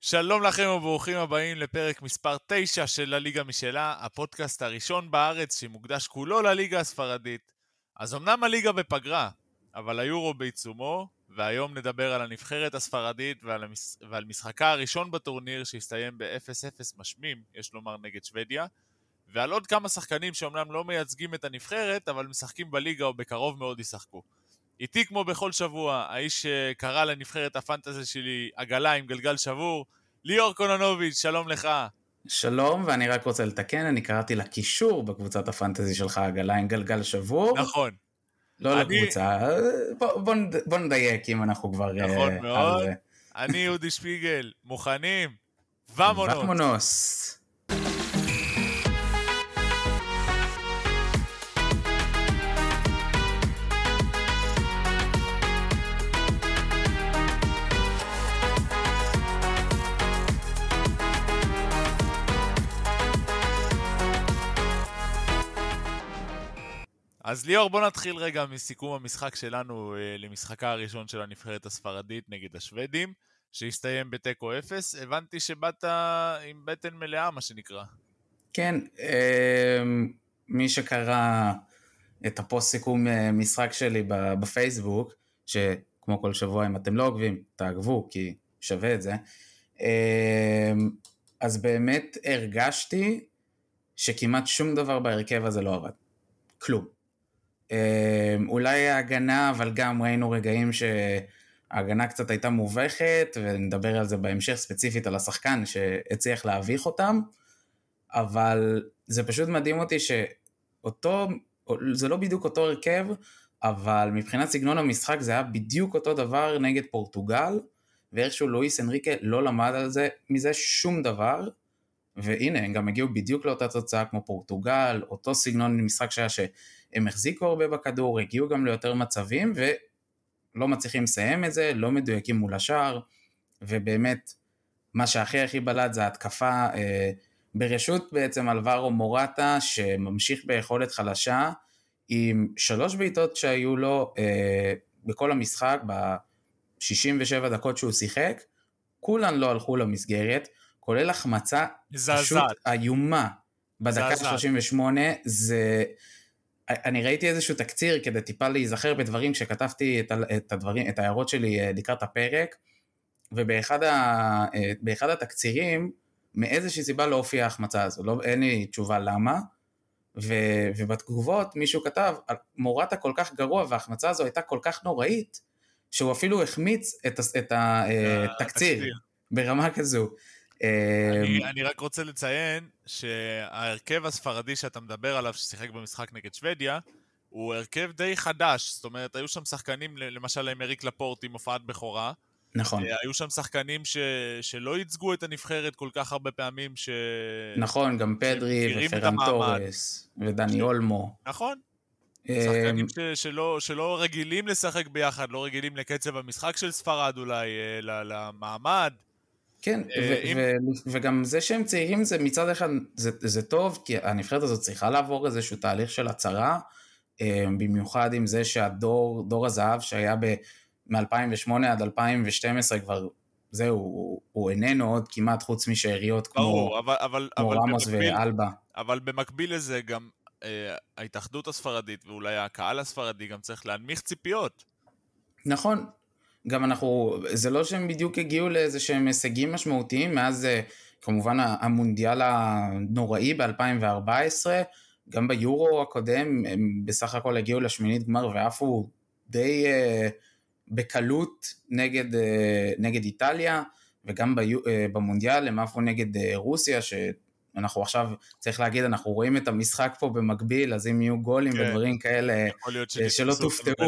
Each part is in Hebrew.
שלום לכם וברוכים הבאים לפרק מספר 9 של הליגה משלה, הפודקאסט הראשון בארץ שמוקדש כולו לליגה הספרדית. אז אמנם הליגה בפגרה, אבל היורו בעיצומו, והיום נדבר על הנבחרת הספרדית ועל משחקה הראשון בטורניר שהסתיים ב-0-0 משמים, יש לומר נגד שוודיה, ועל עוד כמה שחקנים שאומנם לא מייצגים את הנבחרת, אבל משחקים בליגה או בקרוב מאוד ישחקו. איתי כמו בכל שבוע, האיש שקרא לנבחרת הפנטזי שלי עגלה עם גלגל שבור, ליאור קונונוביץ', שלום לך. שלום, ואני רק רוצה לתקן, אני קראתי לקישור בקבוצת הפנטזי שלך עגלה עם גלגל שבור. נכון. לא לקבוצה, בוא נדייק אם אנחנו כבר נכון מאוד. זה. אני יהודי שפיגל, מוכנים? ומונוס. ומונוס. אז ליאור, בוא נתחיל רגע מסיכום המשחק שלנו למשחקה הראשון של הנבחרת הספרדית נגד השוודים, שהסתיים בתיקו 0. הבנתי שבאת עם בטן מלאה, מה שנקרא. כן, מי שקרא את הפוסט סיכום משחק שלי בפייסבוק, שכמו כל שבוע אם אתם לא עוקבים, תעקבו כי שווה את זה, אז באמת הרגשתי שכמעט שום דבר בהרכב הזה לא עבד. כלום. אולי ההגנה, אבל גם ראינו רגעים שההגנה קצת הייתה מובכת, ונדבר על זה בהמשך ספציפית על השחקן שהצליח להביך אותם, אבל זה פשוט מדהים אותי שאותו, זה לא בדיוק אותו הרכב, אבל מבחינת סגנון המשחק זה היה בדיוק אותו דבר נגד פורטוגל, ואיכשהו לואיס אנריקה לא למד על זה, מזה שום דבר, והנה, הם גם הגיעו בדיוק לאותה תוצאה כמו פורטוגל, אותו סגנון משחק שהיה שהם החזיקו הרבה בכדור, הגיעו גם ליותר מצבים, ולא מצליחים לסיים את זה, לא מדויקים מול השאר, ובאמת, מה שהכי בלט זה ההתקפה ברשות בעצם אלברו מורטה, שממשיך ביכולת חלשה, עם 3 בעיטות שהיו לו בכל המשחק, ב-67 דקות שהוא שיחק, כולן לא הלכו למסגרת, כולל החמצה פשוט איומה בדקה 38, אני ראיתי איזשהו תקציר כדי טיפה להיזכר בדברים כשכתבתי את ההערות שלי לקראת הפרק, ובאחד התקצירים מאיזושהי סיבה לא הופיעה ההחמצה הזו, אין לי תשובה למה, ובתגובות מישהו כתב, מורטה כל כך גרוע וההחמצה הזו הייתה כל כך נוראית, שהוא אפילו החמיץ את התקציר ברמה כזו. אני רק רוצה לציין שההרכב הספרדי שאתה מדבר עליו ששיחק במשחק נגד שוודיה הוא הרכב די חדש, זאת אומרת היו שם שחקנים למשל אמריק לפורט עם הופעת בכורה, נכון. היו שם שחקנים שלא ייצגו את הנבחרת כל כך הרבה פעמים נכון, גם פדרי ופרן טורס ודני אולמו. נכון. שחקנים שלא רגילים לשחק ביחד, לא רגילים לקצב המשחק של ספרד אולי, למעמד. כן, וגם זה שהם צעירים זה מצד אחד, זה טוב, כי הנבחרת הזאת צריכה לעבור איזשהו תהליך של הצהרה, במיוחד עם זה שהדור הזהב שהיה מ-2008 עד 2012 כבר, זהו, הוא איננו עוד כמעט חוץ משאריות כמו רמוס ואלבה. אבל במקביל לזה גם ההתאחדות הספרדית ואולי הקהל הספרדי גם צריך להנמיך ציפיות. נכון. גם זה לא שהם בדיוק הגיעו לאיזה שהם הישגים משמעותיים, מאז כמובן המונדיאל הנוראי ב-2014, גם ביורו הקודם, הם בסך הכל הגיעו לשמינית גמר, ועפו די בקלות נגד איטליה, וגם במונדיאל הם עפו נגד רוסיה, שאנחנו עכשיו, צריך להגיד, אנחנו רואים את המשחק פה במקביל, אז אם יהיו גולים ודברים כאלה, שלא תופתעו.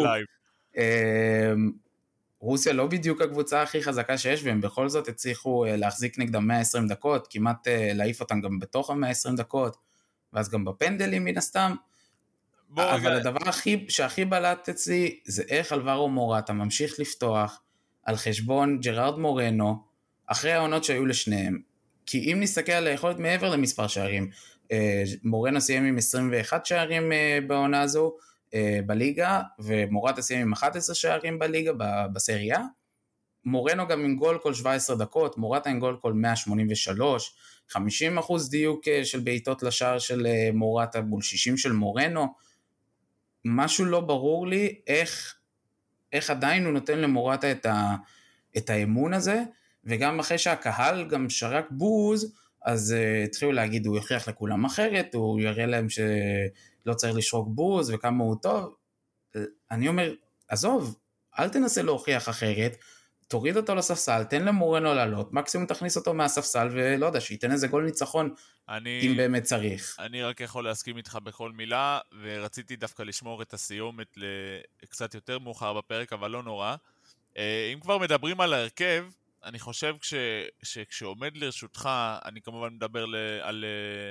רוסיה לא בדיוק הקבוצה הכי חזקה שיש, והם בכל זאת הצליחו להחזיק נגדם 120 דקות, כמעט להעיף אותם גם בתוך ה-120 דקות, ואז גם בפנדלים מן הסתם, אבל הדבר שהכי בלט אצלי, זה איך אלברו מורטה ממשיך לפתוח על חשבון ג'רארד מורנו, אחרי העונות שהיו לשניהם, כי אם נסתכל על היכולת מעבר למספר שערים, מורנו סיים עם 21 שערים בעונה הזו, בליגה, ומורטה סיים עם 11 שערים בליגה, בסריה, מורנו גם עם גול כל 17 דקות, מורטה עם גול כל 183, 50% דיוק של בעיטות לשער של מורטה מול 60 של מורנו, משהו לא ברור לי איך עדיין הוא נותן למורטה את האמון הזה, וגם אחרי שהקהל גם שרק בוז, אז התחילו להגיד, הוא יוכיח לכולם אחרת, הוא יראה להם שלא צריך לשרוק בוז, וכמה הוא טוב. אני אומר, עזוב, אל תנסה להוכיח אחרת, תוריד אותו לספסל, תן למורנו לעלות, מקסימום תכניס אותו מהספסל, ולא יודע, שייתן איזה גול ניצחון, אם באמת צריך. אני רק יכול להסכים איתך בכל מילה, ורציתי דווקא לשמור את הסיומת קצת יותר מאוחר בפרק, אבל לא נורא. אם כבר מדברים על ההרכב, אני חושב שכשעומד לרשותך, אני כמובן מדבר על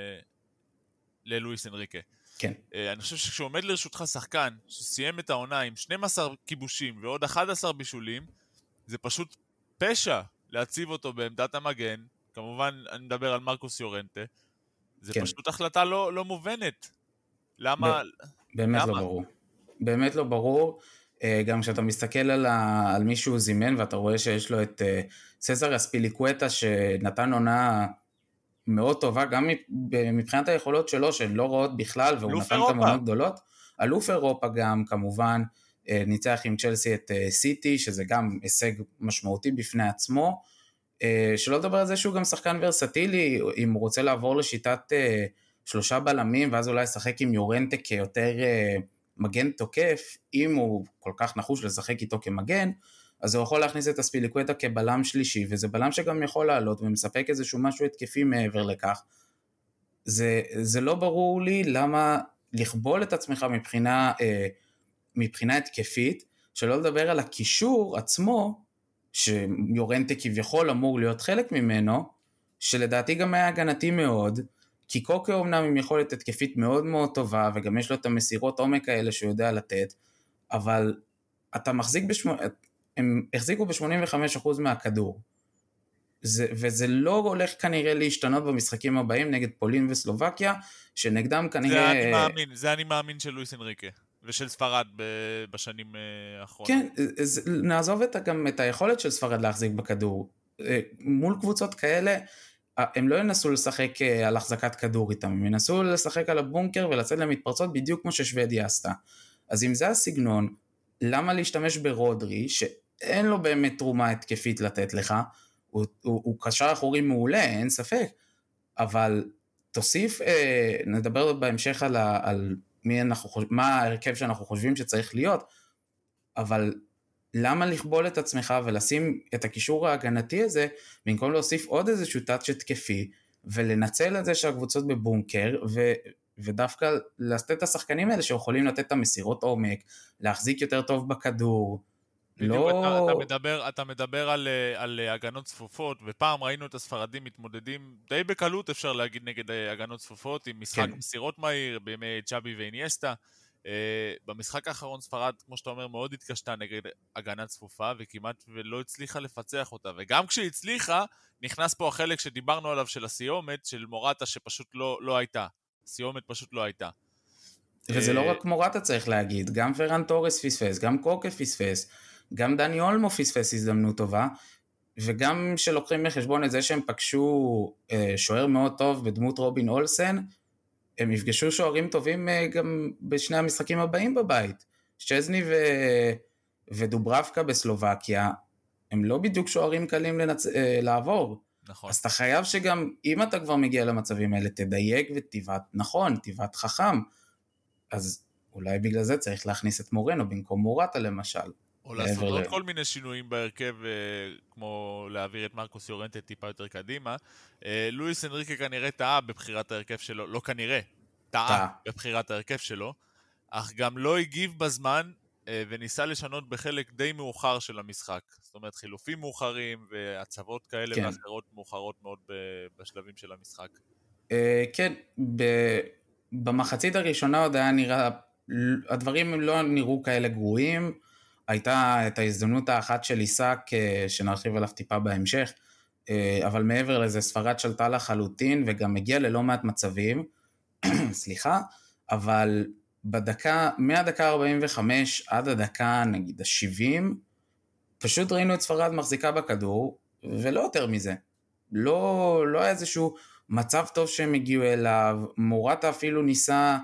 לואיס אנריקה. כן. אני חושב שכשעומד לרשותך שחקן שסיים את העונה עם 12 כיבושים ועוד 11 בישולים, זה פשוט פשע להציב אותו בעמדת המגן. כמובן אני מדבר על מרקוס יורנטה. זה כן. פשוט החלטה לא מובנת. למה? באמת למה? לא ברור. באמת לא ברור. גם כשאתה מסתכל על מישהו זימן, ואתה רואה שיש לו את סזר אספיליקווטה, שנתן עונה מאוד טובה, גם מבחינת היכולות שלו, שהן לא רואות בכלל, והוא נתן את המונות גדולות. אלוף אירופה גם, כמובן, ניצח עם צ'לסי את סיטי, שזה גם הישג משמעותי בפני עצמו, שלא לדבר על זה שהוא גם שחקן ורסטילי, אם הוא רוצה לעבור לשיטת 3 בלמים, ואז אולי לשחק עם יורנטה כיותר מגן תוקף, אם הוא כל כך נחוש לשחק איתו כמגן, אז הוא יכול להכניס את אספיליקווטה כבלם שלישי, וזה בלם שגם יכול לעלות, ומספק איזשהו משהו התקפי מעבר לכך. זה לא ברור לי למה לכבול את עצמך מבחינה התקפית, שלא לדבר על הקישור עצמו, שיורנטה כביכול אמור להיות חלק ממנו, שלדעתי גם היה הגנתי מאוד, כי קוקו אומנם עם יכולת התקפית מאוד מאוד טובה, וגם יש לו את המסירות עומק האלה שהוא יודע לתת, אבל אתה מחזיק הם החזיקו ב-85% מהכדור, וזה לא הולך כנראה להשתנות במשחקים הבאים, נגד פולין וסלובקיה, שנגדם כנראה... זה אני מאמין של לואיס אנריקה, ושל ספרד בשנים האחרונות. כן, נעזוב גם את היכולת של ספרד להחזיק בכדור. מול קבוצות כאלה, הם לא ינסו לשחק על החזקת כדור איתם, הם ינסו לשחק על הבונקר ולצאת למתפרצות בדיוק כמו ששוודיה עשתה. אז אם זה הסגנון, למה להשתמש ברודרי, שאין לו באמת תרומה התקפית לתת לך, הוא קשר אחורי מעולה, אין ספק, אבל תוסיף, נדבר בהמשך על מה ההרכב שאנחנו חושבים שצריך להיות, אבל למה לכבול את עצמך ולשים את הקישור ההגנתי הזה, במקום להוסיף עוד איזשהו טאץ' התקפי, ולנצל את זה שהקבוצות בבונקר, ודווקא לתת את השחקנים האלה שיכולים לתת את המסירות עומק, להחזיק יותר טוב בכדור. לא... אתה מדבר על הגנות צפופות, ופעם ראינו את הספרדים מתמודדים די בקלות, אפשר להגיד, נגד הגנות צפופות, עם משחק מסירות מהיר, בימי צ'אבי ואיניאסטה. במשחק האחרון ספרד, כמו שאתה אומר, מאוד התקשתה נגד הגנה צפופה, וכמעט ולא הצליחה לפצח אותה. וגם כשהיא הצליחה, נכנס פה החלק שדיברנו עליו של הסיומת, של מורטה שפשוט לא הייתה. סיומת פשוט לא הייתה. וזה לא רק מורטה צריך להגיד, גם פרן טורס פספס, גם קוקה פספס, גם דני אולמו פספס הזדמנות טובה, וגם שלוקחים בחשבון את זה שהם פגשו שוער מאוד טוב בדמות רובין אולסן, הם יפגשו שוערים טובים גם בשני המשחקים הבאים בבית. שזני ודוברבקה בסלובקיה, הם לא בדיוק שוערים קלים לעבור. נכון. אז אתה חייב שגם, אם אתה כבר מגיע למצבים האלה, תדייק ותיבת נכון, תיבת חכם. אז אולי בגלל זה צריך להכניס את מורנו במקום מורטה למשל. או לעשות עוד כל מיני שינויים בהרכב, כמו להעביר את מרקוס יורנטה טיפה יותר קדימה. לואיס אנריקה כנראה טעה בבחירת ההרכב שלו, לא כנראה, טעה בבחירת ההרכב שלו, אך גם לא הגיב בזמן, וניסה לשנות בחלק די מאוחר של המשחק. זאת אומרת, חילופים מאוחרים, והצבות כאלה ואחרות מאוחרות מאוד בשלבים של המשחק. כן, במחצית הראשונה עוד היה נראה, הדברים לא נראו כאלה גרועים, הייתה את ההזדמנות האחת של איסק, שנרחיב עליו טיפה בהמשך, אבל מעבר לזה ספרד שלטה לחלוטין, וגם הגיעה ללא מעט מצבים, סליחה, אבל מהדקה 45 עד הדקה נגיד ה-70, פשוט ראינו את ספרד מחזיקה בכדור, ולא יותר מזה. לא היה איזשהו מצב טוב שהם הגיעו אליו, מורטה אפילו ניסה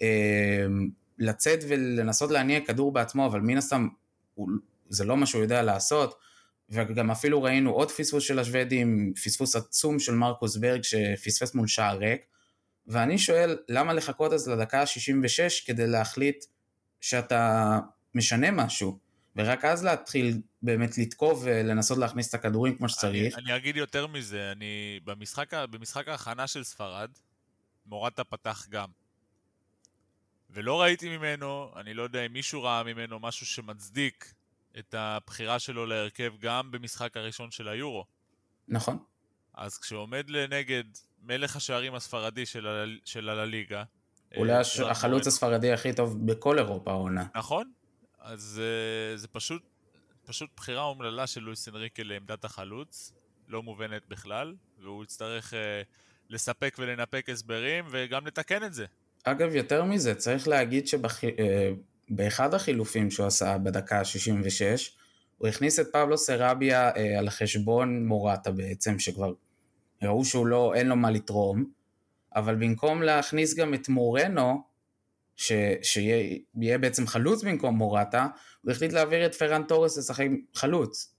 לצאת ולנסות להניע כדור בעצמו, אבל מן הסתם זה לא מה שהוא יודע לעשות, וגם אפילו ראינו עוד פספוס של השוודים, פספוס עצום של מרקוס ברג שפספס מול שער ריק, ואני שואל למה לחכות אז לדקה ה-66 כדי להחליט שאתה משנה משהו, ורק אז להתחיל באמת לתקוף ולנסות להכניס את הכדורים כמו שצריך. אני אגיד יותר מזה, במשחק ההכנה של ספרד, מורטה פתח גם. ולא ראיתי ממנו, אני לא יודע אם מישהו ראה ממנו משהו שמצדיק את הבחירה שלו להרכב גם במשחק הראשון של היורו. נכון. אז כשעומד לנגד מלך השערים הספרדי של הליגה, אולי החלוץ הספרדי הכי טוב בכל אירופה העונה. נכון, אז זה פשוט בחירה אומללה של לואיס אנריקה לעמדת החלוץ, לא מובנת בכלל, והוא יצטרך לספק ולנפק הסברים וגם לתקן את זה. אגב, יותר מזה, צריך להגיד באחד החילופים שהוא עשה בדקה ה-66, הוא הכניס את פבלו סרביה על חשבון מורטה בעצם, שכבר ראו שהוא אין לו מה לתרום, אבל במקום להכניס גם את מורנו, שיהיה בעצם חלוץ במקום מורטה, הוא החליט להעביר את פרן טורס לשחק חלוץ.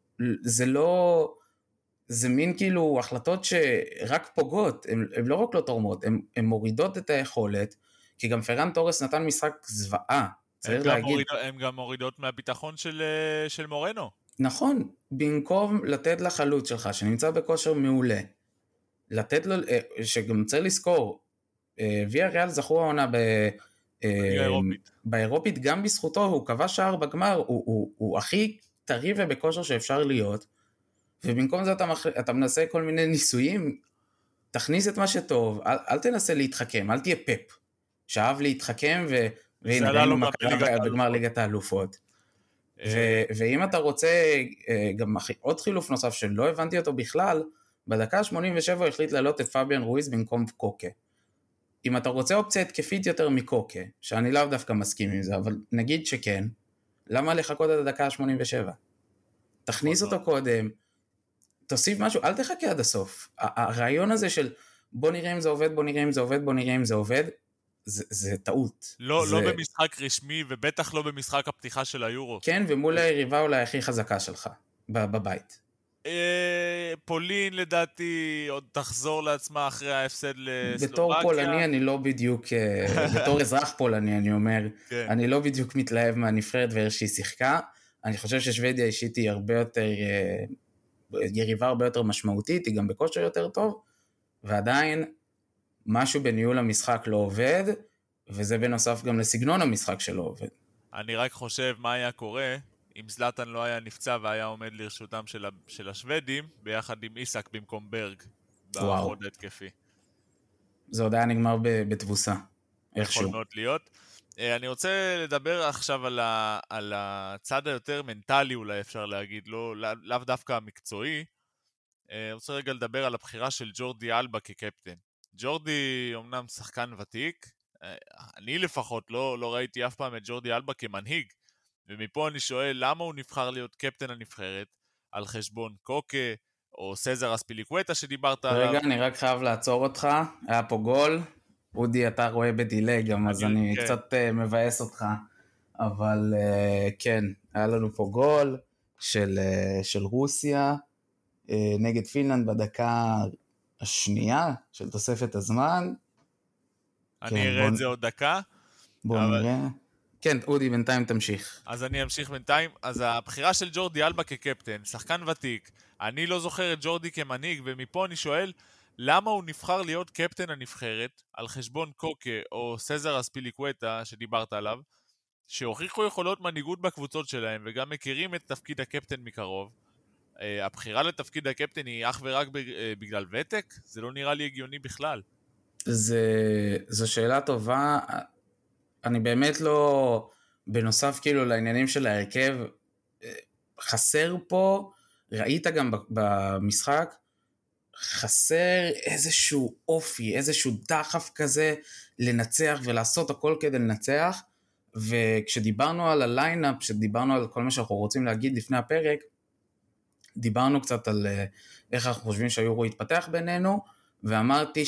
זה מין כאילו החלטות שרק פוגעות, הן לא רק לא תורמות, הן מורידות את היכולת, כי גם פרן טורס נתן משחק זוועה, צריך להגיד. הן גם מורידות מהביטחון של מורנו. נכון, במקום לתת לחלוץ שלך, שנמצא בכושר מעולה, לתת לו, שגם צריך לזכור, ויה ריאל זכו העונה באירופית, גם בזכותו, הוא קבע שער בגמר, הוא הכי טרי ובכושר שאפשר להיות, ובמקום זה אתה מנסה כל מיני ניסויים, תכניס את מה שטוב, אל תנסה להתחכם, אל תהיה פפ, שאהב להתחכם, והנה ראינו מה קרה בגמר ליגת האלופות. ואם אתה רוצה גם עוד חילוף נוסף שלא הבנתי אותו בכלל, בדקה 87 החליט לעלות את פאביאן רויז במקום קוקה. אם אתה רוצה אופציה התקפית יותר מקוקה, שאני לאו דווקא מסכים עם זה, אבל נגיד שכן, למה לחכות עד הדקה ה-87? תכניס אותו קודם, תוסיף משהו, אל תחכה עד הסוף. הרעיון הזה של בוא נראה אם זה עובד, בוא נראה אם זה עובד, בוא נראה אם זה עובד, זה טעות. לא במשחק רשמי, ובטח לא במשחק הפתיחה של היורו. כן, ומול היריבה אולי הכי חזקה שלך, בבית. פולין לדעתי עוד תחזור לעצמה אחרי ההפסד לסלובקיה. בתור פולני אני לא בדיוק, בתור אזרח פולני אני אומר, אני לא בדיוק מתלהב מהנבחרת ואיך שהיא שיחקה, אני חושב ששוודיה אישית היא הרבה יותר, יריבה הרבה יותר משמעותית, היא גם בכושר יותר טוב, ועדיין משהו בניהול המשחק לא עובד, וזה בנוסף גם לסגנון המשחק שלא עובד. אני רק חושב מה היה קורה, אם זלטן לא היה נפצע והיה עומד לרשותם של השוודים, ביחד עם איסק במקום ברג, בעוד התקפי. זה עוד היה נגמר בתבוסה, איכשהו. יכול מאוד להיות. אני רוצה לדבר עכשיו על הצד היותר מנטלי, אולי אפשר להגיד, לאו דווקא המקצועי. אני רוצה רגע לדבר על הבחירה של ג'ורדי אלבה כקפטן. ג'ורדי אומנם שחקן ותיק, אני לפחות לא ראיתי אף פעם את ג'ורדי אלבה כמנהיג, ומפה אני שואל למה הוא נבחר להיות קפטן הנבחרת על חשבון קוקה או סזר אספיליקווטה שדיברת עליו. רגע, אני רק חייב לעצור אותך, היה פה גול, אודי אתה רואה בדילי גם, אז אני קצת מבאס אותך, אבל כן, היה לנו פה גול של רוסיה נגד פינלנד בדקה השנייה של תוספת הזמן. אני אראה את זה עוד דקה. בוא נראה. כן, אודי, בינתיים תמשיך. אז אני אמשיך בינתיים. אז הבחירה של ג'ורדי אלבה כקפטן, שחקן ותיק, אני לא זוכר את ג'ורדי כמנהיג, ומפה אני שואל, למה הוא נבחר להיות קפטן הנבחרת, על חשבון קוקה או סזר אספיליקווטה שדיברת עליו, שהוכיחו יכולות מנהיגות בקבוצות שלהם, וגם מכירים את תפקיד הקפטן מקרוב. הבחירה לתפקיד הקפטן היא אך ורק בגלל ותק? זה לא נראה לי הגיוני בכלל. זו שאלה טובה. אני באמת לא, בנוסף כאילו לעניינים של ההרכב, חסר פה, ראית גם במשחק, חסר איזשהו אופי, איזשהו דחף כזה לנצח ולעשות הכל כדי לנצח, וכשדיברנו על הליינאפ, כשדיברנו על כל מה שאנחנו רוצים להגיד לפני הפרק, דיברנו קצת על איך אנחנו חושבים שהיורו יתפתח בינינו, ואמרתי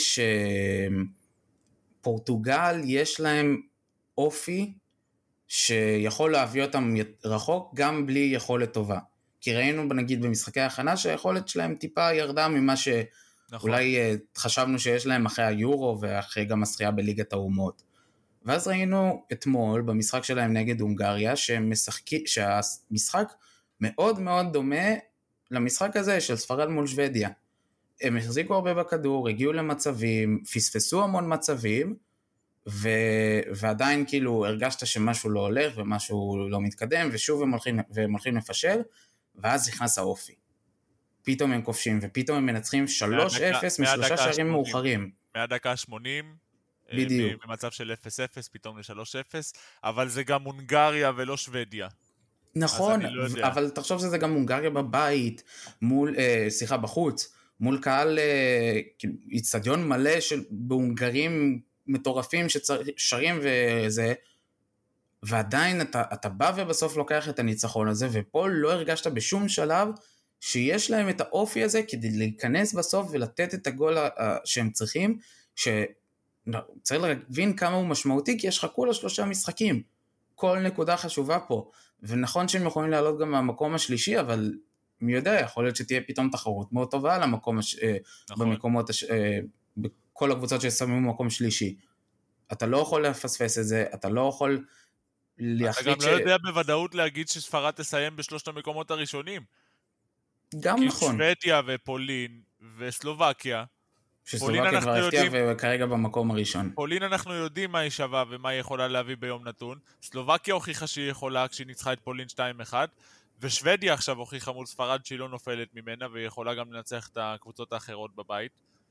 שפורטוגל יש להם אופי שיכול להביא אותם רחוק גם בלי יכולת טובה. כי ראינו נגיד במשחקי ההכנה שהיכולת שלהם טיפה ירדה ממה שאולי חשבנו שיש להם אחרי היורו ואחרי גם הזכייה בליגת האומות. ואז ראינו אתמול במשחק שלהם נגד הונגריה שהמשחק מאוד מאוד דומה למשחק הזה של ספרד מול שוודיה. הם החזיקו הרבה בכדור, הגיעו למצבים, פספסו המון מצבים, ועדיין כאילו הרגשת שמשהו לא הולך ומשהו לא מתקדם, ושוב הם הולכים לפשל, ואז נכנס האופי. פתאום הם כובשים, ופתאום הם מנצחים 3-0 משלושה שערים מאוחרים. מהדקה 80, בדיוק. במצב של 0-0, פתאום ל-3-0, אבל זה גם הונגריה ולא שוודיה. נכון, אבל תחשוב שזה גם הונגריה בבית, בחוץ, מול קהל, אצטדיון מלא של בהונגרים מטורפים ששרים וזה, ועדיין אתה בא ובסוף לוקח את הניצחון הזה, ופה לא הרגשת בשום שלב שיש להם את האופי הזה כדי להיכנס בסוף ולתת את הגול שהם צריכים, שצריך להבין כמה הוא משמעותי, כי יש לך כולה 3 משחקים, כל נקודה חשובה פה, ונכון שהם יכולים לעלות גם מהמקום השלישי, אבל מי יודע, יכול להיות שתהיה פתאום תחרות מאוד טובה על המקום, במקומות, בכל הקבוצות ששמים במקום שלישי. אתה לא יכול לפספס את זה, אתה לא יכול להחליט אתה גם לא יודע בוודאות להגיד שספרד תסיים בשלושת המקומות הראשונים. גם נכון. כי שוודיה ופולין וסלובקיה, שסלובקיה כבר הפתיעה וכרגע במקום הראשון. פולין אנחנו יודעים מה היא שווה ומה היא יכולה להביא ביום נתון. סלובקיה הוכיחה שהיא יכולה כשהיא ניצחה את פולין 2-1, ושוודיה עכשיו הוכיחה מול ספרד שהיא לא נופלת ממנה, והיא יכולה גם לנצח את הקבוצות האחרות בבית.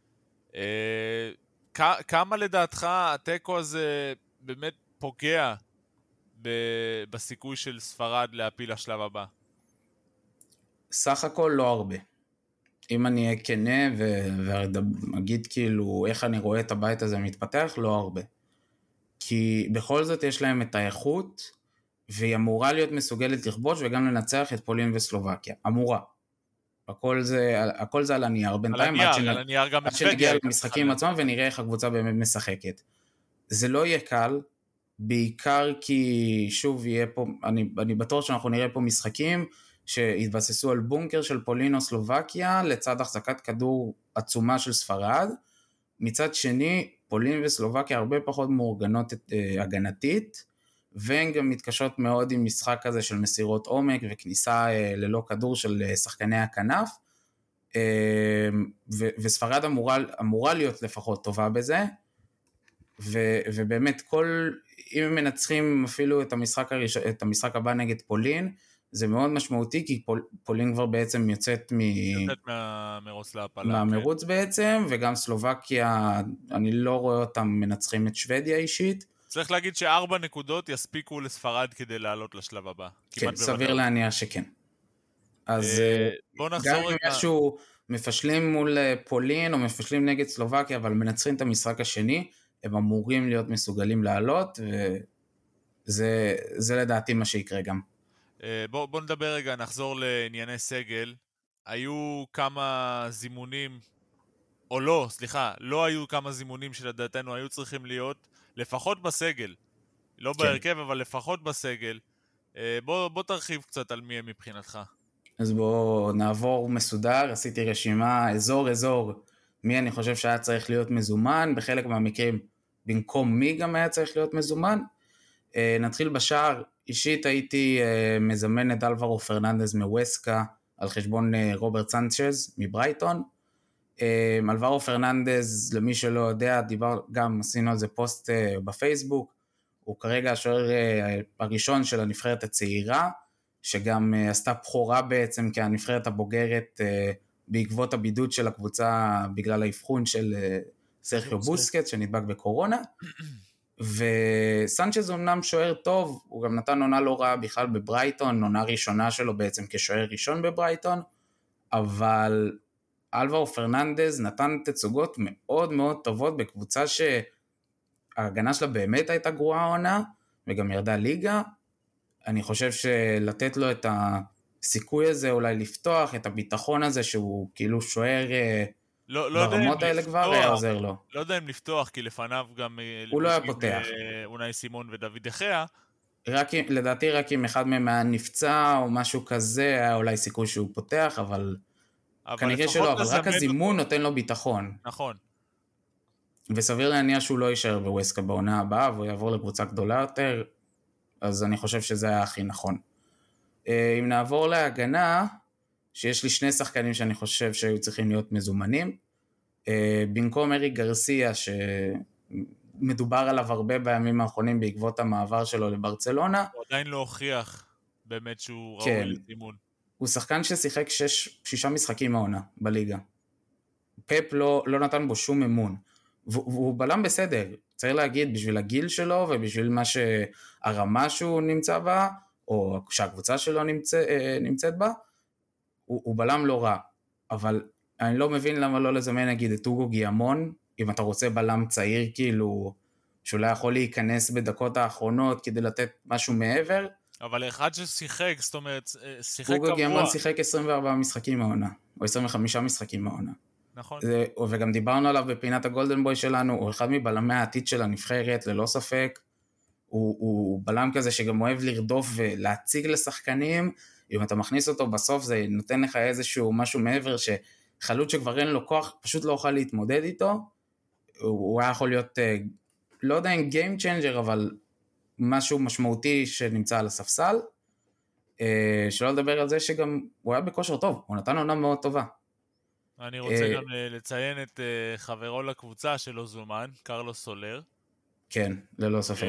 כמה לדעתך הטקו הזה באמת פוגע בסיכוי של ספרד להפיל לשלב הבא? סך הכל לא הרבה. אם אני אהיה כנה ואגיד כאילו איך אני רואה את הבית הזה מתפתח, לא הרבה. כי בכל זאת יש להם את האיכות, והיא אמורה להיות מסוגלת לכבוש וגם לנצח את פולין וסלובקיה. אמורה. הכל זה על הנייר. בינתיים עד שנגיע למשחקים עצמם ונראה איך הקבוצה באמת משחקת. זה לא יהיה קל, בעיקר כי שוב יהיה פה, אני בטוח שאנחנו נראה פה משחקים שהתבססו על בונקר של פולין או סלובקיה, לצד החזקת כדור עצומה של ספרד. מצד שני, פולין וסלובקיה הרבה פחות מאורגנות הגנתית, והן גם מתקשות מאוד עם משחק כזה של מסירות עומק וכניסה ללא כדור של שחקני הכנף, וספרד אמורה להיות לפחות טובה בזה, ובאמת אם הם מנצחים אפילו את המשחק הבא נגד פולין, זה מאוד משמעותי, כי פולין כבר בעצם יוצאת מהמרוץ להפלה. מהמרוץ בעצם, וגם סלובקיה, אני לא רואה אותם מנצחים את שוודיה אישית. צריך להגיד ש4 נקודות יספיקו לספרד כדי לעלות לשלב הבא. כן, סביר להניח שכן. אז גם אם משהו מפשלים מול פולין, או מפשלים נגד סלובקיה, אבל מנצחים את המשחק השני, הם אמורים להיות מסוגלים לעלות, וזה לדעתי מה שיקרה גם. בוא נדבר רגע, נחזור לענייני סגל. היו כמה זימונים, או לא, סליחה, לא היו כמה זימונים שלדעתנו היו צריכים להיות, לפחות בסגל. לא כן. בהרכב, אבל לפחות בסגל. בוא תרחיב קצת על מי הם מבחינתך. אז בוא נעבור מסודר, עשיתי רשימה, אזור, מי אני חושב שהיה צריך להיות מזומן, בחלק מהמקרים במקום מי גם היה צריך להיות מזומן. נתחיל בשער, אישית הייתי מזמן את אלברו פרננדז מווסקה, על חשבון רוברט סנצ'ז מברייטון. אלברו פרננדז, למי שלא יודע, גם עשינו על זה פוסט בפייסבוק, הוא כרגע השוער הראשון של הנבחרת הצעירה, שגם עשתה בחורה בעצם כהנבחרת הבוגרת בעקבות הבידוד של הקבוצה בגלל האבחון של סרחיו בוסקט שנדבק בקורונה. וסנצ'ז אמנם שוער טוב, הוא גם נתן עונה לא רעה בכלל בברייטון, עונה ראשונה שלו בעצם כשוער ראשון בברייטון, אבל אלברו פרננדז נתן תצוגות מאוד מאוד טובות בקבוצה שההגנה שלה באמת הייתה גרועה עונה, וגם ירדה ליגה, אני חושב שלתת לו את הסיכוי הזה אולי לפתוח, את הביטחון הזה שהוא כאילו שוער לא יודע ברמות אם האלה כבר, היה עוזר לו. לא יודע אם לפתוח, כי לפניו גם הוא לא היה פותח. אונאי סימון ודוד דחיה. לדעתי רק אם אחד מהם היה נפצע או משהו כזה, היה אולי סיכוי שהוא פותח, אבל כנראה שלא, אבל רק הזימון נותן לו ביטחון. נכון. וסביר להניח שהוא לא יישאר בווסקה בעונה הבאה, והוא יעבור לקבוצה גדולה יותר, אז אני חושב שזה היה הכי נכון. אם נעבור להגנה, שיש לי שני שחקנים שאני חושב שהיו צריכים להיות מזומנים, במקום אריק גרסיה, שמדובר עליו הרבה בימים האחרונים בעקבות המעבר שלו לברצלונה. הוא עדיין לא הוכיח באמת שהוא כן. ראוי לזימון. הוא שחקן ששיחק 6 משחקים מהעונה בליגה. פפ לא נתן בו שום אמון. והוא בלם בסדר, צריך להגיד, בשביל הגיל שלו ובשביל הרמה שהוא נמצא בה, או שהקבוצה שלו נמצאת בה, הוא בלם לא רע. אבל אני לא מבין למה לא לזמן נגיד את אוגו גיאמון, אם אתה רוצה בלם צעיר כאילו, שאולי יכול להיכנס בדקות האחרונות כדי לתת משהו מעבר. אבל אחד ששיחק, זאת אומרת, שיחק קבוע. אוגו גיאמון שיחק 24 משחקים מהעונה, או 25 משחקים מהעונה. נכון. וגם דיברנו עליו בפינת הגולדן בוי שלנו, הוא אחד מבלמי העתיד של הנבחרת, ללא ספק. הוא בלם כזה שגם אוהב לרדוף ולהציג לשחקנים, אם אתה מכניס אותו בסוף זה נותן לך איזשהו משהו מעבר שחלוץ שכבר אין לו כוח, פשוט לא אוכל להתמודד איתו. הוא היה יכול להיות, לא יודע אם Game Changer, אבל משהו משמעותי שנמצא על הספסל. שלא לדבר על זה שגם הוא היה בכושר טוב, הוא נתן עונה מאוד טובה. אני רוצה גם לציין את חברו לקבוצה שלו זומן, קרלוס סולר. כן, ללא ספק.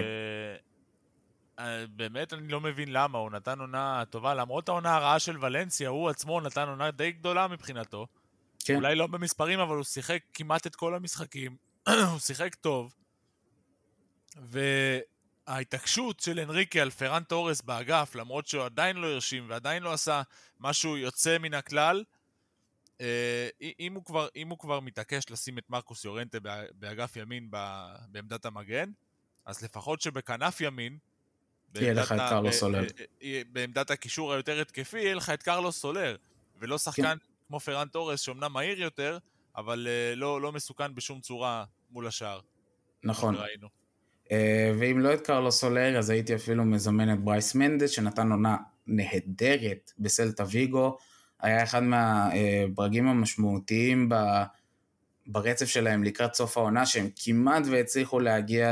באמת אני לא מבין למה, הוא נתן עונה טובה, למרות העונה הרעה של ולנסיה, הוא עצמו נתן עונה די גדולה מבחינתו. כן. אולי לא במספרים, אבל הוא שיחק כמעט את כל המשחקים, הוא שיחק טוב. וההתעקשות של אנריקה על פרן טורס באגף, למרות שהוא עדיין לא הרשים ועדיין לא עשה משהו יוצא מן הכלל, אם הוא כבר מתעקש לשים את מרקוס יורנטה באגף ימין בעמדת המגן, אז לפחות שבכנף ימין, יהיה לך את קרלוס סולר. בעמדת הקישור היותר התקפי, יהיה לך את קרלוס סולר, ולא שחקן כמו פרן טורס, שאומנם מהיר יותר, אבל לא מסוכן בשום צורה מול השאר. נכון. ואם לא את קרלוס סולר, אז הייתי אפילו מזמן את ברייס מנדס, שנתן עונה נהדרת בסלטה ויגו, היה אחד מהברגים המשמעותיים ברצף שלהם לקראת סוף העונה, שהם כמעט והצליחו להגיע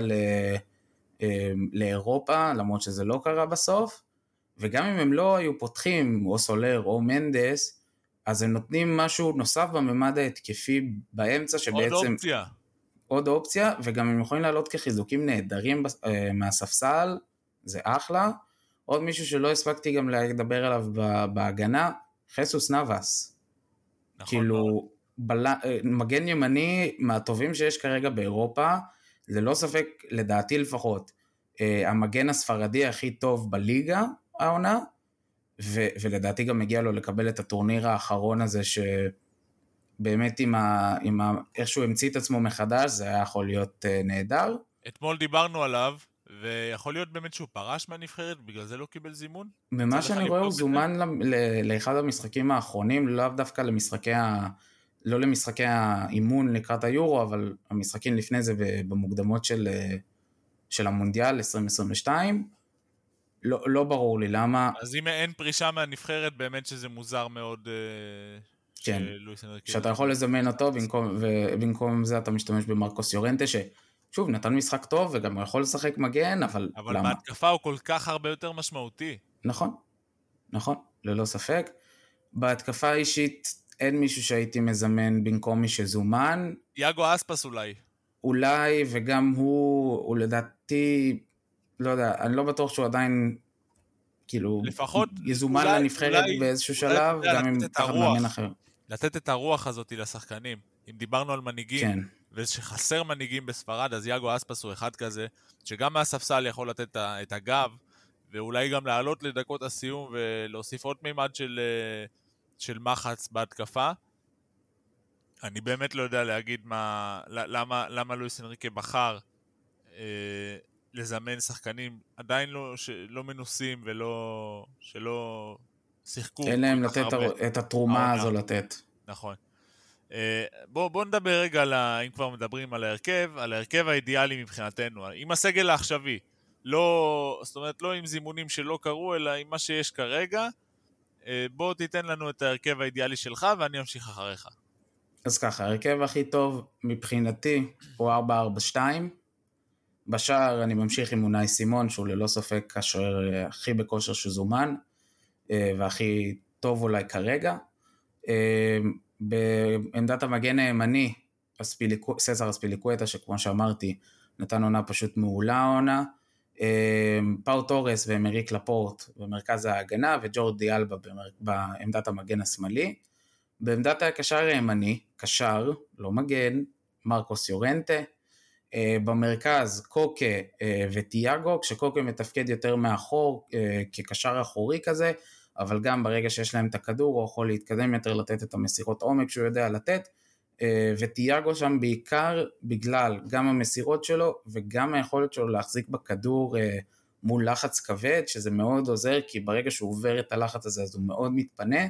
לאירופה, למרות שזה לא קרה בסוף, וגם אם הם לא היו פותחים, או סולר או מנדס, אז הם נותנים משהו נוסף בממד ההתקפי באמצע, שבעצם... עוד אופציה, וגם הם יכולים לעלות כחיזוקים נהדרים מהספסל, זה אחלה. עוד מישהו שלא הספקתי גם לדבר עליו בהגנה, חסוס נאבס. נכון. כאילו, מגן ימני מהטובים שיש כרגע באירופה, זה לא ספק, לדעתי לפחות, המגן הספרדי הכי טוב בליגה העונה, ולדעתי גם מגיע לו לקבל את הטורניר האחרון הזה, שבאמת איכשהו המציא את עצמו מחדש, זה היה יכול להיות נהדר. אתמול דיברנו עליו, ויכול להיות באמת שהוא פרש מהנבחרת, בגלל זה לא קיבל זימון? ממה שאני רואה הוא זומן לאחד המשחקים האחרונים, לאו דווקא לא למשחקי האימון לקראת היורו, אבל המשחקים לפני זה במוקדמות של המונדיאל 2022, לא ברור לי למה. אז אם אין פרישה מהנבחרת, באמת שזה מוזר מאוד. כן, שאתה יכול לזמן אותו, ובמקום זה אתה משתמש במרקוס יורנטה, שוב, נתן משחק טוב, וגם הוא יכול לשחק מגן, אבל למה? אבל בהתקפה הוא כל כך הרבה יותר משמעותי. נכון, ללא ספק. בהתקפה האישית, אין מישהו שהייתי מזמן במקום מי שזומן. יאגו אספס אולי, וגם הוא לדעתי, לא יודע, אני לא בטוח שהוא עדיין, כאילו, לפחות, יזומן לנבחרת באיזשהו שלב, גם אם תחת מאמן אחר. לתת את הרוח הזאת לשחקנים. אם דיברנו על מנהיגים, כן. ושחסר מנהיגים בספרד, אז יאגו אספס הוא אחד כזה, שגם מהספסל יכול לתת את הגב, ואולי גם לעלות לדקות הסיום, ולהוסיף עוד מימד של מחץ בהתקפה. אני באמת לא יודע להגיד למה לואיס אנריקה בחר לזמן שחקנים עדיין לא מנוסים שלא שיחקו אין כל להם כך לתת הרבה. את התרומה הזו לתת. נכון. בוא נדבר רגע אם כבר מדברים על ההרכב האידיאלי מבחינתנו, עם הסגל העכשווי, זאת אומרת לא עם זימונים שלא קרו, אלא עם מה שיש כרגע. בוא תיתן לנו את ההרכב האידיאלי שלך ואני אמשיך אחריך. אז ככה, ההרכב הכי טוב מבחינתי הוא 4-4-2. בשער אני ממשיך עם אונאי סימון, שהוא ללא ספק השוער הכי בכושר שזומן, והכי טוב אולי כרגע. בעמדת המגן הימני, ססר אספיליקווטה, שכמו שאמרתי, נתן עונה פשוט מעולה העונה. פאו טורס ואמריק לפורט במרכז ההגנה, וג'ורדי אלבה בעמדת המגן השמאלי. בעמדת הקשר הימני, קשר, לא מגן, מרקוס יורנטה. במרכז קוקה וטיאגו, כשקוקה מתפקד יותר מאחור כקשר אחורי כזה, אבל גם ברגע שיש להם את הכדור הוא יכול להתקדם יותר, לתת את המסירות עומק שהוא יודע לתת, וטיאגו שם בעיקר בגלל גם המסירות שלו וגם היכולת שלו להחזיק בכדור מול לחץ כבד, שזה מאוד עוזר, כי ברגע שהוא עובר את הלחץ הזה אז הוא מאוד מתפנה.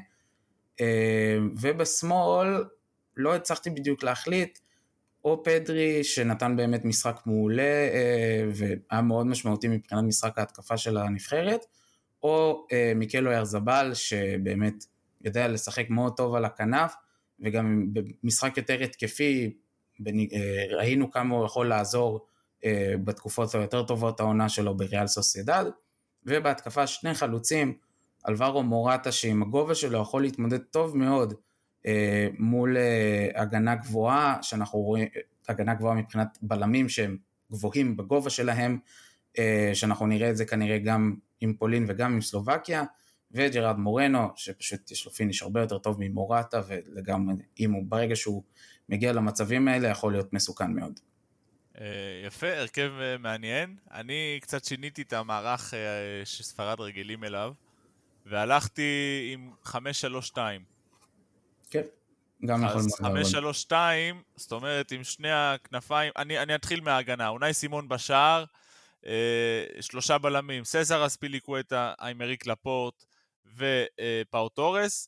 ובשמאל לא הצלחתי בדיוק להחליט, או פדרי שנתן באמת משחק מעולה והיה מאוד משמעותי מבחינת משחק ההתקפה של הנבחרת, או מיקלו ירזבל שבאמת יודע לשחק מאוד טוב על הכנף, וגם במשחק יותר התקפי ראינו כמה הוא יכול לעזור בתקופות היותר טובות העונה שלו בריאל סוסיידד. ובהתקפה שני חלוצים, אלברו מורטה שעם הגובה שלו יכול להתמודד טוב מאוד מול הגנה גבוהה, שאנחנו רואים הגנה גבוהה מבחינת בלמים שהם גבוהים בגובה שלהם, שאנחנו נראה את זה כנראה גם עם פולין וגם עם סלובקיה, וג'רארד מורנו שפשוט יש לו פיניש הרבה יותר טוב ממורטה, וגם אם הוא ברגע שהוא מגיע למצבים האלה יכול להיות מסוכן מאוד. יפה, הרכב מעניין. אני קצת שיניתי את המערך שספרד רגילים אליו, והלכתי עם 5-3-2. כן, גם יכול מאוד. אז 5-3-2, זאת אומרת עם שני הכנפיים, אני אתחיל מההגנה, אונאי סימון בשער, 3 בלמים, ססר אספיליקווטה, אמריק לפורט ופאו טורס,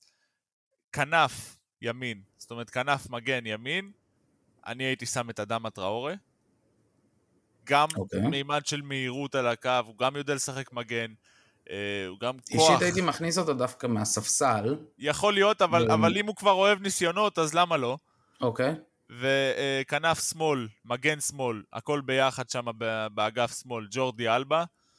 כנף ימין, זאת אומרת כנף מגן ימין, אני הייתי שם את אדמה טראורה, גם מימד של מהירות על הקו, הוא גם יודע לשחק מגן, הוא גם כוח. אישית הייתי מכניס אותו דווקא מהספסל. יכול להיות, אבל אם הוא כבר אוהב ניסיונות, אז למה לא? אוקיי. וכנף שמאל, מגן שמאל, הכל ביחד שם באגף שמאל, ג'ורדי אלבה,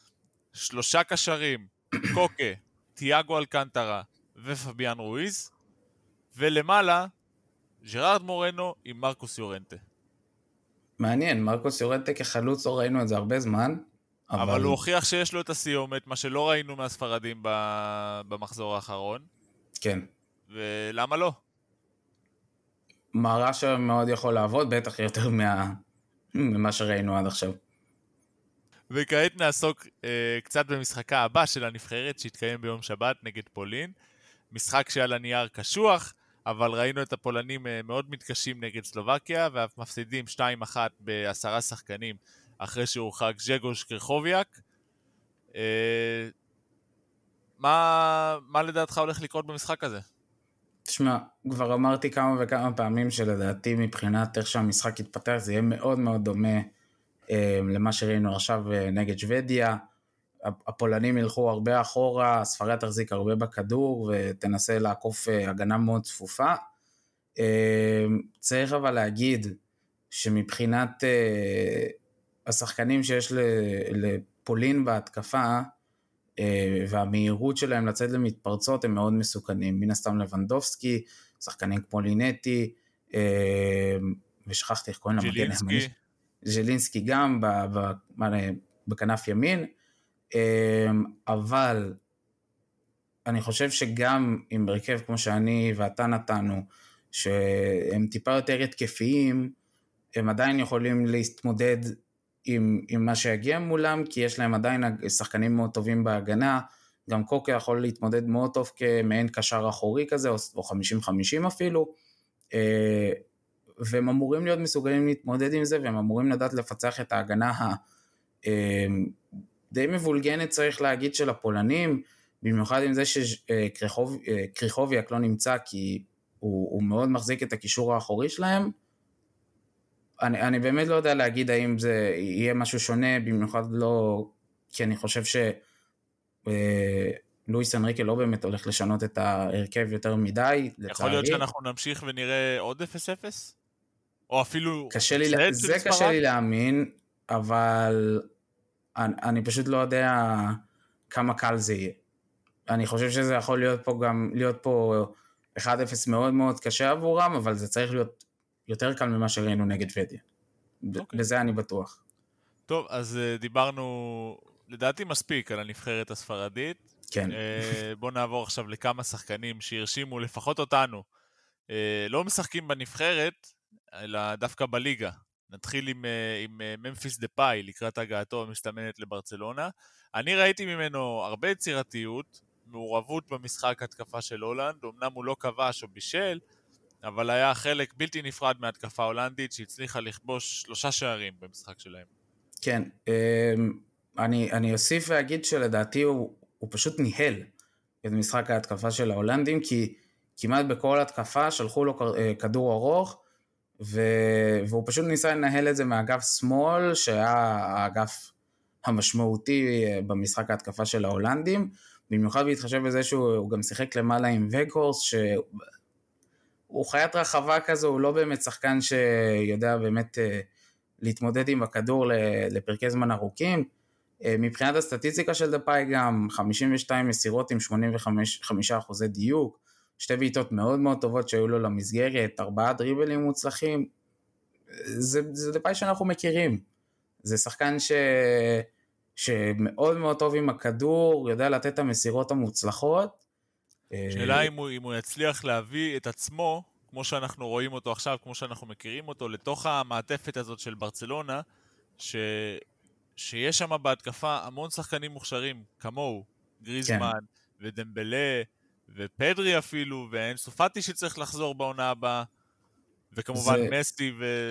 3 קשרים, קוקה, טיאגו אלקנטרה ופביאן רואיז, ולמעלה, ג'רארד מורנו עם מרקוס יורנטה. מעניין, מרקוס יורנטה כחלוץ לא ראינו את זה הרבה זמן. אבל הוא הוכיח שיש לו את הסיומת, מה שלא ראינו מהספרדים במחזור האחרון. כן. ולמה לא? מערך שמאוד יכול לעבוד, בטח יותר ממה שראינו עד עכשיו. וכעת נעסוק קצת במשחקה הבא של הנבחרת שהתקיים ביום שבת נגד פולין. משחק שעל הנייר קשוח, אבל ראינו את הפולנים מאוד מתקשים נגד סלובקיה, ואף מפסידים 2-1 ב10 שחקנים אחרי שהורחק ז'גוש קרחוביאק. מה לדעתך הולך לקרות במשחק הזה? תשמע, כבר אמרתי כמה וכמה פעמים שלדעתי מבחינת איך שהמשחק יתפתח, זה יהיה מאוד מאוד דומה למה שראינו עכשיו נגד שוודיה. הפולנים ילכו הרבה אחורה, ספרד תחזיק הרבה בכדור ותנסה לעקוף הגנה מאוד צפופה. צריך אבל להגיד שמבחינת השחקנים שיש לפולין בהתקפה, והמהירות שלהם לצאת למתפרצות הם מאוד מסוכנים. מן הסתם לבנדובסקי, שחקנים כמו לינטי, ושכחתי איך קוראים למגן הימני, ז'לינסקי גם בכנף ימין, אבל אני חושב שגם עם הרכב כמו שאני ואתה נתנו, שהם טיפה יותר התקפיים, הם עדיין יכולים להתמודד עם מה שיגיע מולם, כי יש להם עדיין שחקנים מאוד טובים בהגנה, גם קוקה יכול להתמודד מאוד טוב כמעין קשר אחורי כזה, או 50-50 אפילו, והם אמורים להיות מסוגלים להתמודד עם זה, והם אמורים לדעת לפצח את ההגנה די מבולגנת צריך להגיד של הפולנים, במיוחד עם זה שקריכוביאק לא נמצא, כי הוא מאוד מחזיק את הקישור האחורי שלהם. אני באמת לא יודע להגיד האם זה יהיה משהו שונה, במיוחד לא, כי אני חושב לואיס אנריקה לא באמת הולך לשנות את ההרכב יותר מדי, לצערי. יכול להיות שאנחנו נמשיך ונראה עוד 0-0? או אפילו... זה קשה לי להאמין, אבל אני פשוט לא יודע כמה קל זה יהיה. אני חושב שזה יכול להיות פה 1-0 מאוד מאוד קשה עבורם, אבל זה צריך להיות יותר קל ממה שראינו נגד ודיה. בזה אני בטוח. טוב, אז דיברנו לדעתי מספיק על הנבחרת הספרדית. כן. בוא נעבור עכשיו לכמה שחקנים שהרשימו לפחות אותנו. לא משחקים בנבחרת, אלא דווקא בליגה. נתחיל עם ממפיס דפאי לקראת הגעתו המסתמנת לברצלונה. אני ראיתי ממנו הרבה יצירתיות, מעורבות במשחק התקפה של הולנד, אמנם הוא לא כבש או בישל, אבל היה חלק בלתי נפרד מהתקפה הולנדית שהצליחה לכבוש 3 שערים במשחק שלהם. כן, אני אוסיף ואגיד שלדעתי הוא פשוט ניהל את משחק ההתקפה של ההולנדים, כי כמעט בכל התקפה שלחו לו כדור ארוך, והוא פשוט ניסה לנהל את זה מאגף שמאל, שהיה האגף המשמעותי במשחק ההתקפה של ההולנדים, במיוחד בהתחשב בזה שהוא גם שיחק למעלה עם וגהורסט, שהוא חיית רחבה כזו, הוא לא באמת שחקן שיודע באמת להתמודד עם הכדור לפרקי זמן ארוכים. מבחינת הסטטיסטיקה של דפאי גם 52 מסירות עם 85% דיוק, 2 בעיטות מאוד מאוד טובות שהיו לו למסגרת, 4 דריבלים מוצלחים. זה דפאי שאנחנו מכירים. זה שחקן שמאוד מאוד טוב עם הכדור, יודע לתת את המסירות המוצלחות. שאלה אם הוא יצליח להביא את עצמו, כמו שאנחנו רואים אותו עכשיו, כמו שאנחנו מכירים אותו, לתוך המעטפת הזאת של ברצלונה, שיש שם בהתקפה המון שחקנים מוכשרים, כמוהו, גריזמן ודמבלה ופדרי אפילו, ואנסו פאטי שצריך לחזור בעונה הבאה, וכמובן מסי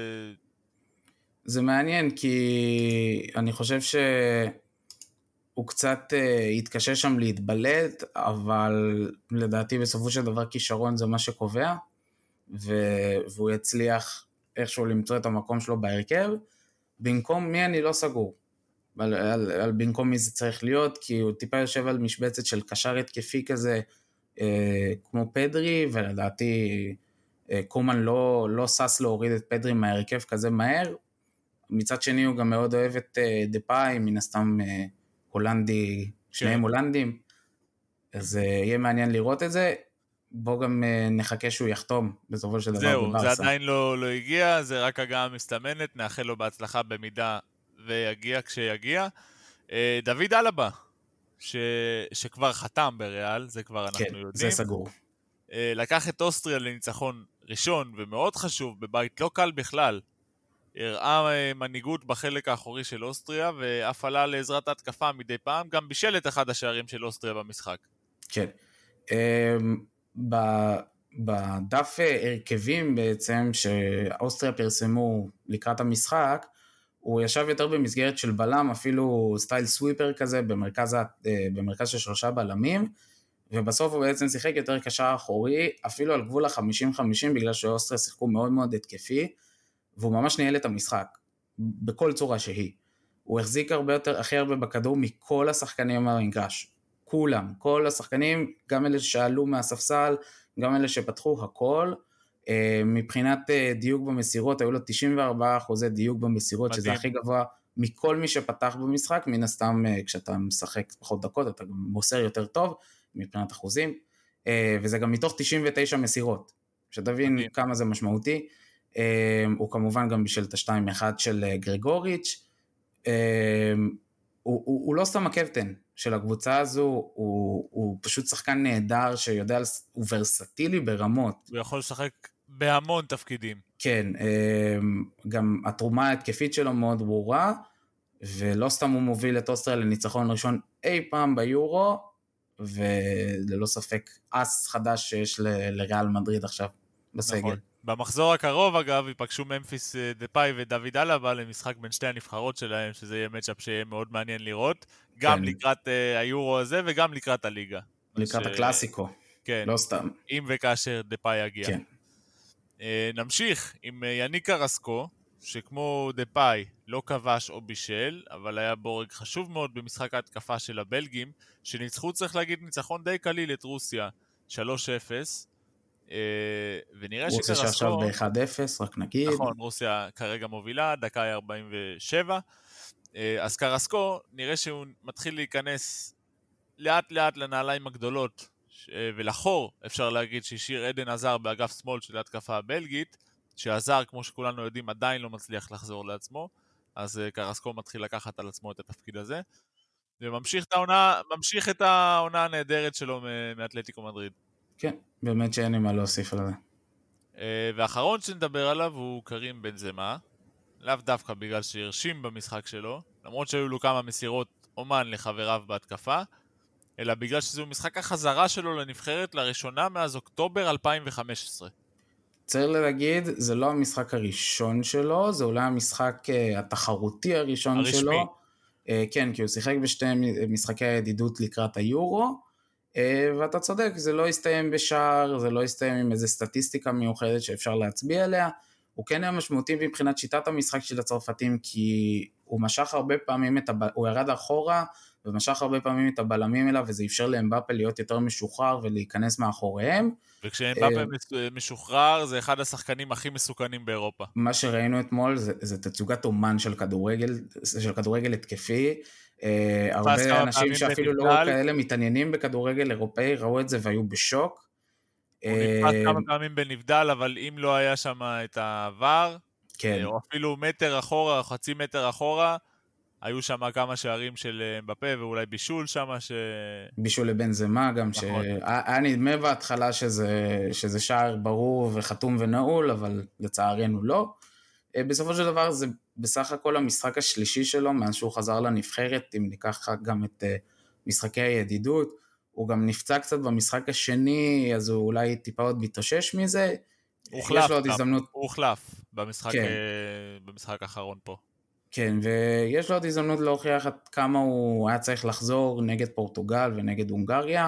זה מעניין, כי אני חושב שהוא קצת התקשה שם להתבלט, אבל לדעתי בסופו של דבר כישרון זה מה שקובע, והוא יצליח איכשהו למצוא את המקום שלו בהרכב. במקום מי אני לא סגור, על במקום מי זה צריך להיות, כי הוא טיפה יושב על משבצת של קשר התקפי כזה, כמו פדרי, ולדעתי קומן לא סס להוריד את פדרי מהרכב כזה מהר. מצד שני הוא גם מאוד אוהב את דפאי, מן הסתם הולנדי, שניהם הולנדים, אז יהיה מעניין לראות את זה. בוא גם נחכה שהוא יחתום בסופו של דבר בברסה. זהו, זה עדיין לא הגיע, זה רק הגעה מסתמנת, נאחל לו בהצלחה במידה ויגיע כשיגיע. דוד אלבה, שכבר חתם בריאל, זה כבר אנחנו יודעים. כן, זה סגור. לקח את אוסטריה לניצחון ראשון ומאוד חשוב, בבית לא קל בכלל. הראה מנהיגות בחלק האחורי של אוסטריה, ואף עלה לעזרת ההתקפה מדי פעם, גם בישל את אחד השערים של אוסטריה במשחק. כן. בדף הרכבים בעצם שאוסטריה פרסמו לקראת המשחק, הוא ישב יותר במסגרת של בלם, אפילו סטייל סוויפר כזה, במרכז של 3 בלמים, ובסוף הוא בעצם שיחק יותר קשר אחורי, אפילו על גבול ה-50-50, בגלל שאוסטריה שיחקו מאוד מאוד התקפי, והוא ממש ניהל את המשחק, בכל צורה שהיא. הוא החזיק הכי הרבה בכדור מכל השחקנים במגרש. כולם, כל השחקנים, גם אלה שעלו מהספסל, גם אלה שפתחו הכל. מבחינת דיוק במסירות, היו לו 94% דיוק במסירות, שזה הכי גבוה מכל מי שפתח במשחק. מן הסתם, כשאתה משחק פחות דקות, אתה גם מוסר יותר טוב, מבחינת אחוזים. וזה גם מתוך 99 מסירות. שתבין כמה זה משמעותי. הוא כמובן גם בשל את ה-2-1 של גרגוריץ'. הוא לא סתם הקפטן של הקבוצה הזו, הוא פשוט שחקן נהדר שיודע, הוא ורסטילי ברמות. הוא יכול לשחק בהמון תפקידים. כן, גם התרומה ההתקפית שלו מאוד ברורה, ולא סתם הוא מוביל את אוסטריה לניצחון ראשון אי פעם ביורו, וללא ספק אס חדש שיש לריאל מדריד עכשיו בסגל. נכון. במחזור הקרוב, אגב, ייפגשו ממפיס דפאי ודוד אלבה למשחק בין שתי הנבחרות שלהם, שזה יהיה מצ'אפ שיהיה מאוד מעניין לראות, גם כן. לקראת היורו הזה וגם לקראת הליגה. לקראת הקלאסיקו, כן, לא סתם. אם וכאשר דפאי יגיע. כן. נמשיך עם יניק קרסקו, שכמו דפאי לא כבש או בישל, אבל היה בורג חשוב מאוד במשחק ההתקפה של הבלגים, שניצחו, צריך להגיד, ניצחון די קליל את רוסיה, 3-0, ונראה שקרסקו... רוסיה שעכשיו ב-1-0, רק נגיד. נכון, רוסיה כרגע מובילה, דקה 47, אז קרסקו, נראה שהוא מתחיל להיכנס לאט לאט לנעליים הגדולות, ולחור, אפשר להגיד, שהשאיר עדן עזר באגף שמאל של ההתקפה הבלגית, שעזר, כמו שכולנו יודעים, עדיין לא מצליח לחזור לעצמו, אז קרסקו מתחיל לקחת על עצמו את התפקיד הזה, וממשיך את העונה הנהדרת שלו מאתלטיקו מדריד. כן, באמת שאין לי מה להוסיף על זה. ואחרון שנדבר עליו הוא קרים בנזמה, לאו דווקא בגלל שהרשים במשחק שלו, למרות שהיו לו כמה מסירות אומן לחבריו בהתקפה, אלא בגלל שזהו משחק החזרה שלו לנבחרת לראשונה מאז אוקטובר 2015. צריך להגיד, זה לא המשחק הראשון שלו, זה אולי המשחק התחרותי הראשון שלו. כן, כי הוא שיחק בשתי משחקי הידידות לקראת היורו, ואתה צודק, זה לא הסתיים בשער, זה לא הסתיים עם איזו סטטיסטיקה מיוחדת שאפשר להצביע עליה, הוא כן היה משמעותי מבחינת שיטת המשחק של הצרפתים, כי הוא משך הרבה פעמים, הוא ירד אחורה, ומשך הרבה פעמים את הבלמים אליו, וזה אפשר לאמבאפה להיות יותר משוחרר ולהיכנס מאחוריהם. וכשאמבאפה משוחרר, זה אחד השחקנים הכי מסוכנים באירופה. מה שראינו אתמול, זה תצוגת אומן של כדורגל התקפי, הרבה אנשים שאפילו לא כאלה מתעניינים בכדורגל אירופאי, ראו את זה והיו בשוק. הוא נתפס כמה פעמים בנבדל, אבל אם לא היה שם את העבר, או אפילו מטר אחורה, או חצי מטר אחורה, היו שם כמה שערים של אמבפה, ואולי בישול שם בישול לבנזמה גם, שהיה נדמה בהתחלה שזה שער ברור וחתום ונעול, אבל לצערנו לא. בסופו של דבר זה בסך הכל המשחק השלישי שלו, מאז שהוא חזר לנבחרת, אם ניקח גם את משחקי הידידות, הוא גם נפצע קצת במשחק השני, אז הוא אולי טיפה עוד מתאושש מזה. הוא הוחלף במשחק האחרון פה. כן, ויש לו עוד הזדמנות להוכיח עד כמה הוא היה צריך לחזור נגד פורטוגל ונגד הונגריה,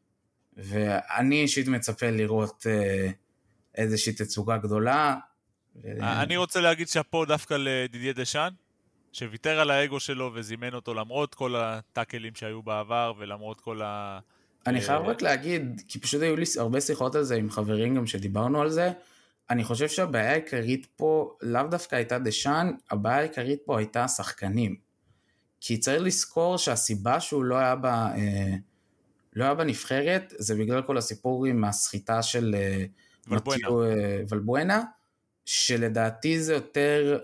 ואני אישית מצפה לראות איזושהי תצוגה גדולה. אני רוצה להגיד שפה דווקא לדידיה דשאן, שוויתר על האגו שלו וזימן אותו למרות כל הטאקלים שהיו בעבר ולמרות כל אני חייב רק להגיד, כי פשוט היו לי הרבה שיחות על זה עם חברים גם שדיברנו על זה, אני חושב שהבעיה העיקרית פה, לאו דווקא הייתה דשאן, הבעיה העיקרית פה הייתה השחקנים. כי צריך לזכור שהסיבה שהוא לא היה בנבחרת, זה בגלל כל הסיפור עם הסחיטה של ולבואנה, שלדעתי זה יותר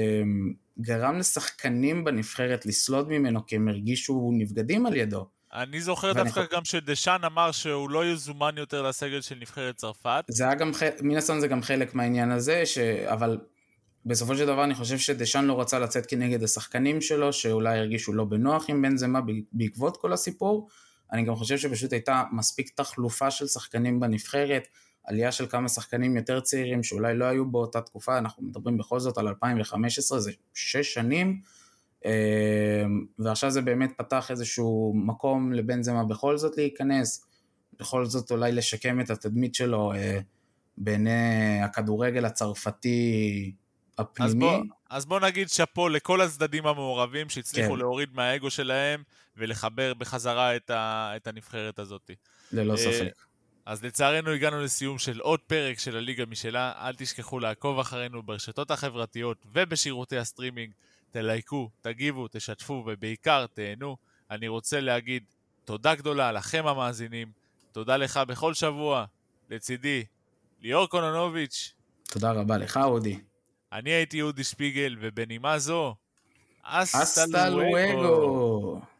גרם לשחקנים בנבחרת לסלוד ממנו, כי הם הרגישו נבגדים על ידו. אני זוכר דווקא גם שדשאן אמר שהוא לא יזומן יותר לסגל של נבחרת צרפת. זה היה גם, מן הסתם זה גם חלק מהעניין הזה, אבל בסופו של דבר אני חושב שדשאן לא רצה לצאת כנגד השחקנים שלו, שאולי הרגישו לא בנוח עם בנזמה בעקבות כל הסיפור. אני גם חושב שפשוט הייתה מספיק תחלופה של שחקנים בנבחרת, עלייה של כמה שחקנים יותר צעירים שאולי לא היו באותה תקופה, אנחנו מדברים בכל זאת על 2015, זה 6 שנים, ועכשיו זה באמת פתח איזשהו מקום לבנזמה בכל זאת להיכנס, בכל זאת אולי לשקם את התדמית שלו בעיני הכדורגל הצרפתי הפנימי. אז בוא נגיד שפה לכל הצדדים המעורבים שהצליחו להוריד מהאגו שלהם ולחבר בחזרה את הנבחרת הזאת. ללא ספק. אז לצערנו הגענו לסיום של עוד פרק של הליגה משלה, אל תשכחו לעקוב אחרינו ברשתות החברתיות ובשירותי הסטרימינג, תלייקו, תגיבו, תשתפו ובעיקר תהנו. אני רוצה להגיד תודה גדולה לכם המאזינים, תודה לך בכל שבוע, לצידי, ליאור קונונוביץ'. תודה רבה לך אודי. אני הייתי אודי שפיגל ובנימה זו, אסטה לואגו.